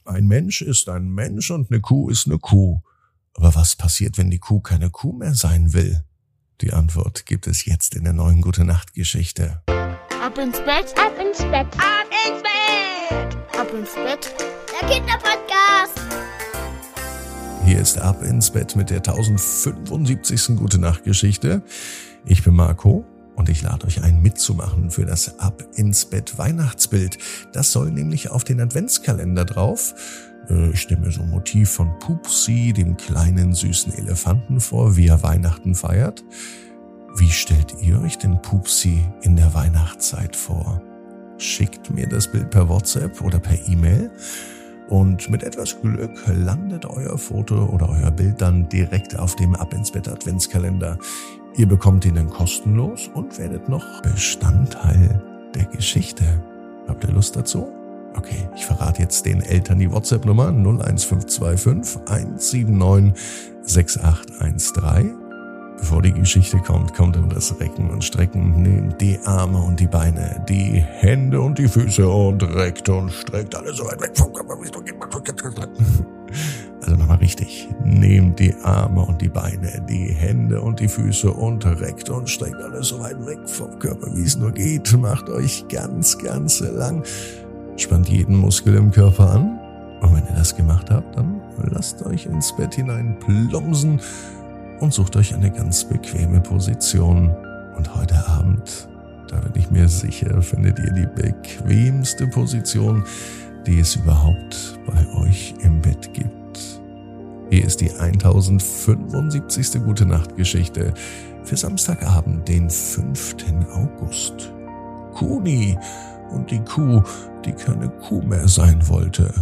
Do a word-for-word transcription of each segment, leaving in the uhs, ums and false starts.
Ein Mensch ist ein Mensch und eine Kuh ist eine Kuh. Aber was passiert, wenn die Kuh keine Kuh mehr sein will? Die Antwort gibt es jetzt in der neuen Gute-Nacht-Geschichte. Ab ins Bett, ab ins Bett, ab ins Bett, ab ins Bett, der Kinderpodcast. Hier ist Ab ins Bett mit der tausendfünfundsiebzigsten Gute-Nacht-Geschichte. Ich bin Marco und ich lade euch ein, mitzumachen für das Ab ins Bett Weihnachtsbild. Das soll nämlich auf den Adventskalender drauf. Ich stelle mir so ein Motiv von Pupsi, dem kleinen süßen Elefanten vor, wie er Weihnachten feiert. Wie stellt ihr euch denn Pupsi in der Weihnachtszeit vor? Schickt mir das Bild per WhatsApp oder per E-Mail und mit etwas Glück landet euer Foto oder euer Bild dann direkt auf dem Ab ins Bett Adventskalender. Ihr bekommt ihn dann kostenlos und werdet noch Bestandteil der Geschichte. Habt ihr Lust dazu? Okay, ich verrate jetzt den Eltern die WhatsApp-Nummer null eins fünf zwei fünf eins sieben neun sechs acht eins drei. Bevor die Geschichte kommt, kommt dann das Recken und Strecken. Nehmt die Arme und die Beine, die Hände und die Füße und reckt und streckt alles so weit weg vom Körper, wie es nur geht. Also nochmal richtig. Nehmt die Arme und die Beine, die Hände und die Füße und reckt und streckt alles so weit weg vom Körper, wie es nur geht. Macht euch ganz, ganz lang. Spannt jeden Muskel im Körper an. Und wenn ihr das gemacht habt, dann lasst euch ins Bett hinein plumpsen und sucht euch eine ganz bequeme Position. Und heute Abend, da bin ich mir sicher, findet ihr die bequemste Position, die es überhaupt bei euch im Bett gibt. Hier ist die tausendfünfundsiebzigste Gute-Nacht-Geschichte für Samstagabend, den fünften August. Kuni und die Kuh, die keine Kuh mehr sein wollte.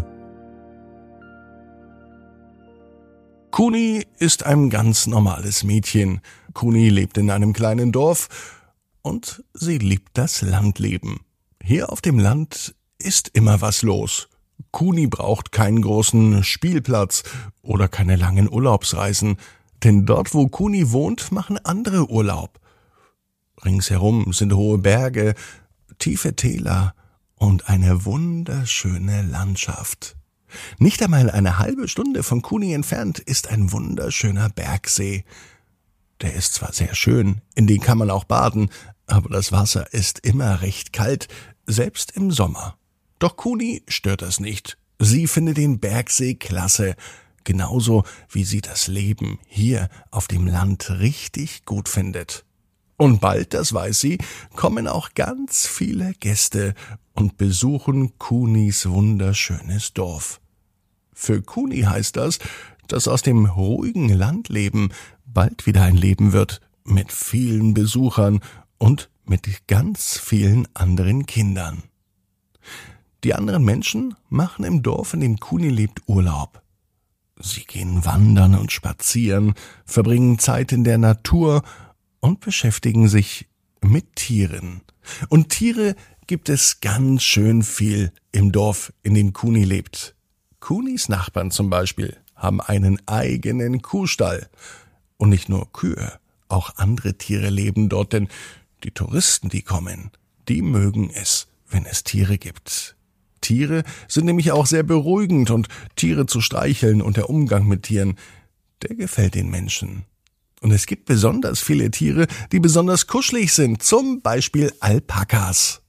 Kuni ist ein ganz normales Mädchen. Kuni lebt in einem kleinen Dorf und sie liebt das Landleben. Hier auf dem Land ist immer was los. Kuni braucht keinen großen Spielplatz oder keine langen Urlaubsreisen, denn dort, wo Kuni wohnt, machen andere Urlaub. Ringsherum sind hohe Berge, tiefe Täler und eine wunderschöne Landschaft. Nicht einmal eine halbe Stunde von Kuni entfernt ist ein wunderschöner Bergsee. Der ist zwar sehr schön, in den kann man auch baden, aber das Wasser ist immer recht kalt, selbst im Sommer. Doch Kuni stört das nicht. Sie findet den Bergsee klasse, genauso wie sie das Leben hier auf dem Land richtig gut findet. Und bald, das weiß sie, kommen auch ganz viele Gäste und besuchen Kunis wunderschönes Dorf. Für Kuni heißt das, dass aus dem ruhigen Landleben bald wieder ein Leben wird mit vielen Besuchern und mit ganz vielen anderen Kindern. Die anderen Menschen machen im Dorf, in dem Kuni lebt, Urlaub. Sie gehen wandern und spazieren, verbringen Zeit in der Natur und beschäftigen sich mit Tieren. Und Tiere gibt es ganz schön viel im Dorf, in dem Kuni lebt. Kunis Nachbarn zum Beispiel haben einen eigenen Kuhstall. Und nicht nur Kühe, auch andere Tiere leben dort, denn die Touristen, die kommen, die mögen es, wenn es Tiere gibt. Tiere sind nämlich auch sehr beruhigend und Tiere zu streicheln und der Umgang mit Tieren, der gefällt den Menschen. Und es gibt besonders viele Tiere, die besonders kuschelig sind, zum Beispiel Alpakas.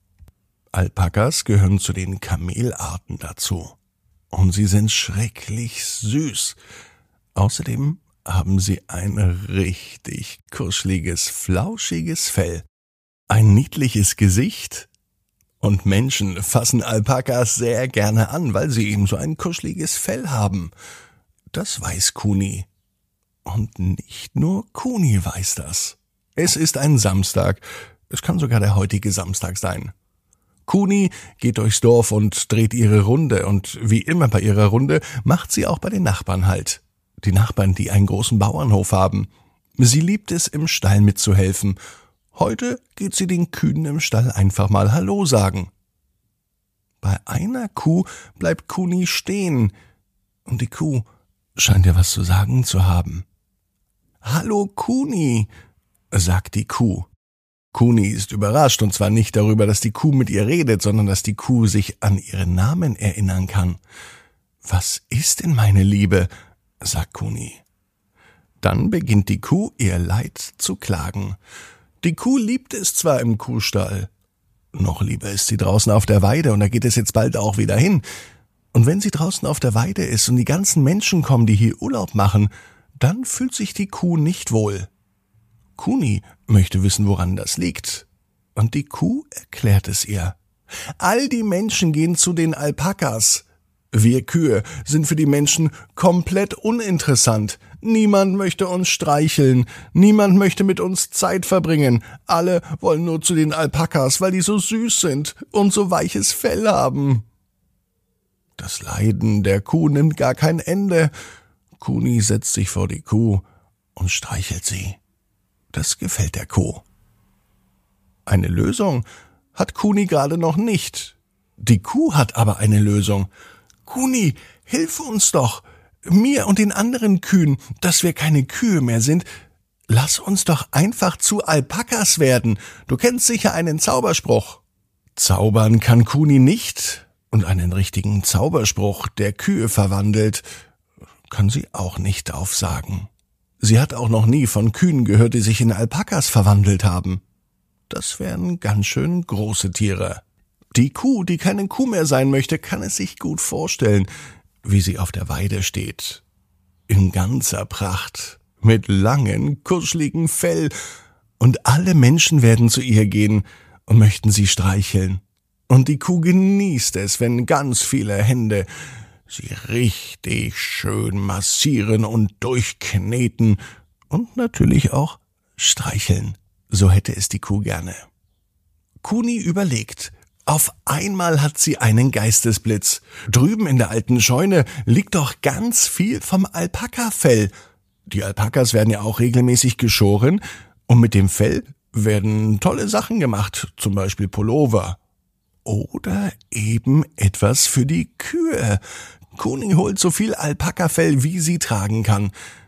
Alpakas gehören zu den Kamelarten dazu. Und sie sind schrecklich süß. Außerdem haben sie ein richtig kuscheliges, flauschiges Fell, ein niedliches Gesicht und Menschen fassen Alpakas sehr gerne an, weil sie eben so ein kuscheliges Fell haben. Das weiß Kuni. Und nicht nur Kuni weiß das. Es ist ein Samstag. Es kann sogar der heutige Samstag sein. Kuni geht durchs Dorf und dreht ihre Runde und wie immer bei ihrer Runde macht sie auch bei den Nachbarn Halt. Die Nachbarn, die einen großen Bauernhof haben. Sie liebt es, im Stall mitzuhelfen. Heute geht sie den Kühen im Stall einfach mal Hallo sagen. Bei einer Kuh bleibt Kuni stehen und die Kuh scheint ihr was zu sagen zu haben. »Hallo Kuni«, sagt die Kuh. Kuni ist überrascht, und zwar nicht darüber, dass die Kuh mit ihr redet, sondern dass die Kuh sich an ihren Namen erinnern kann. »Was ist denn meine Liebe?«, sagt Kuni. Dann beginnt die Kuh ihr Leid zu klagen. Die Kuh liebt es zwar im Kuhstall, noch lieber ist sie draußen auf der Weide, und da geht es jetzt bald auch wieder hin. Und wenn sie draußen auf der Weide ist und die ganzen Menschen kommen, die hier Urlaub machen, dann fühlt sich die Kuh nicht wohl. Kuni möchte wissen, woran das liegt. Und die Kuh erklärt es ihr. All die Menschen gehen zu den Alpakas. Wir Kühe sind für die Menschen komplett uninteressant. Niemand möchte uns streicheln, niemand möchte mit uns Zeit verbringen. Alle wollen nur zu den Alpakas, weil die so süß sind und so weiches Fell haben. Das Leiden der Kuh nimmt gar kein Ende. Kuni setzt sich vor die Kuh und streichelt sie. Das gefällt der Kuh. Eine Lösung hat Kuni gerade noch nicht. Die Kuh hat aber eine Lösung. »Kuni, hilf uns doch, mir und den anderen Kühen, dass wir keine Kühe mehr sind. Lass uns doch einfach zu Alpakas werden. Du kennst sicher einen Zauberspruch.« Zaubern kann Kuni nicht, und einen richtigen Zauberspruch, der Kühe verwandelt, kann sie auch nicht aufsagen. Sie hat auch noch nie von Kühen gehört, die sich in Alpakas verwandelt haben. Das wären ganz schön große Tiere. Die Kuh, die keine Kuh mehr sein möchte, kann es sich gut vorstellen, wie sie auf der Weide steht. In ganzer Pracht, mit langem, kuscheligen Fell. Und alle Menschen werden zu ihr gehen und möchten sie streicheln. Und die Kuh genießt es, wenn ganz viele Hände sie richtig schön massieren und durchkneten und natürlich auch streicheln. So hätte es die Kuh gerne. Kuni überlegt. Auf einmal hat sie einen Geistesblitz. Drüben in der alten Scheune liegt doch ganz viel vom Alpakafell. Die Alpakas werden ja auch regelmäßig geschoren und mit dem Fell werden tolle Sachen gemacht, zum Beispiel Pullover. Oder eben etwas für die Kühe. Kuni holt so viel Alpakafell, wie sie tragen kann.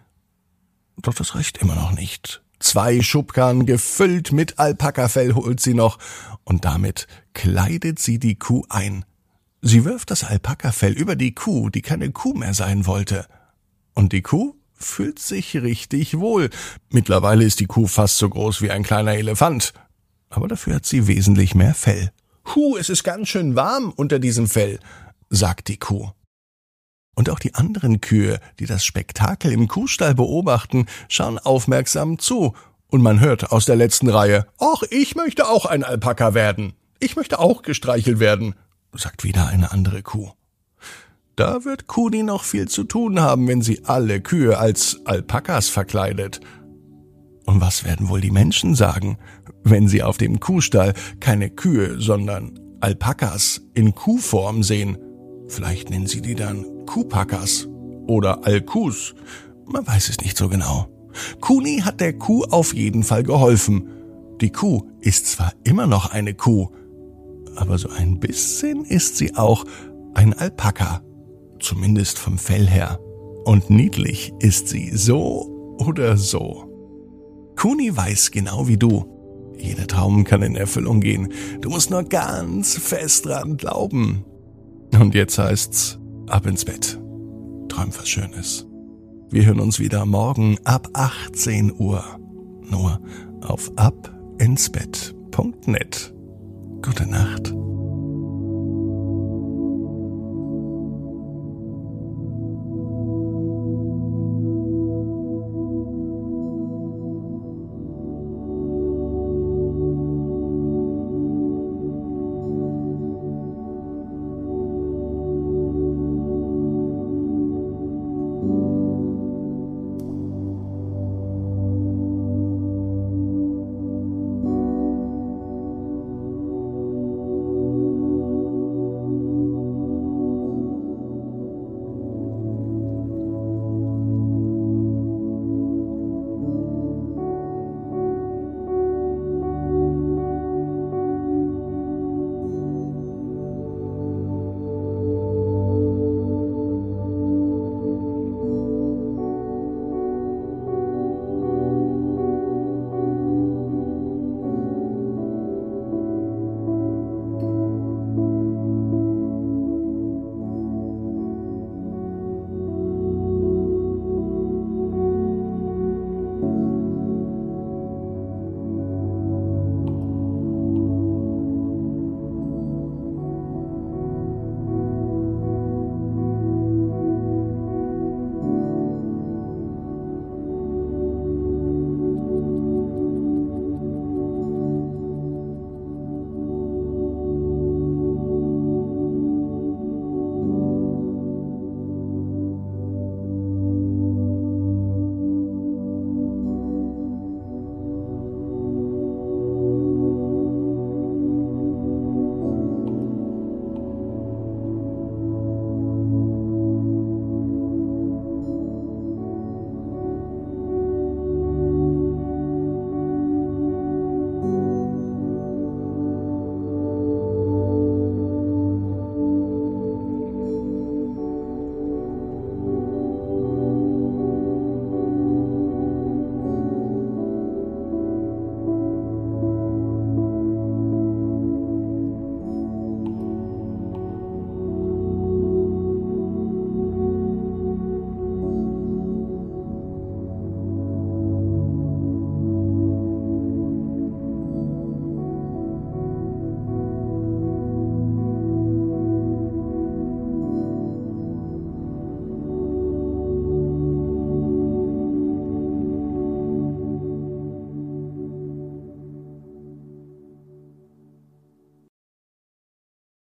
Doch das reicht immer noch nicht. Zwei Schubkarren gefüllt mit Alpakafell holt sie noch, und damit kleidet sie die Kuh ein. Sie wirft das Alpakafell über die Kuh, die keine Kuh mehr sein wollte. Und die Kuh fühlt sich richtig wohl. Mittlerweile ist die Kuh fast so groß wie ein kleiner Elefant. Aber dafür hat sie wesentlich mehr Fell. »Hu, es ist ganz schön warm unter diesem Fell«, sagt die Kuh. Und auch die anderen Kühe, die das Spektakel im Kuhstall beobachten, schauen aufmerksam zu. Und man hört aus der letzten Reihe, »Ach, ich möchte auch ein Alpaka werden. Ich möchte auch gestreichelt werden«, sagt wieder eine andere Kuh. Da wird Kuni noch viel zu tun haben, wenn sie alle Kühe als Alpakas verkleidet. Und was werden wohl die Menschen sagen, wenn sie auf dem Kuhstall keine Kühe, sondern Alpakas in Kuhform sehen? Vielleicht nennen sie die dann Kuhpakas oder Alkus. Man weiß es nicht so genau. Kuni hat der Kuh auf jeden Fall geholfen. Die Kuh ist zwar immer noch eine Kuh, aber so ein bisschen ist sie auch ein Alpaka. Zumindest vom Fell her. Und niedlich ist sie so oder so. Kuni weiß genau wie du. Jeder Traum kann in Erfüllung gehen. Du musst nur ganz fest dran glauben. Und jetzt heißt's, ab ins Bett. Träum was Schönes. Wir hören uns wieder morgen ab achtzehn Uhr. Nur auf abinsbett punkt net. Gute Nacht.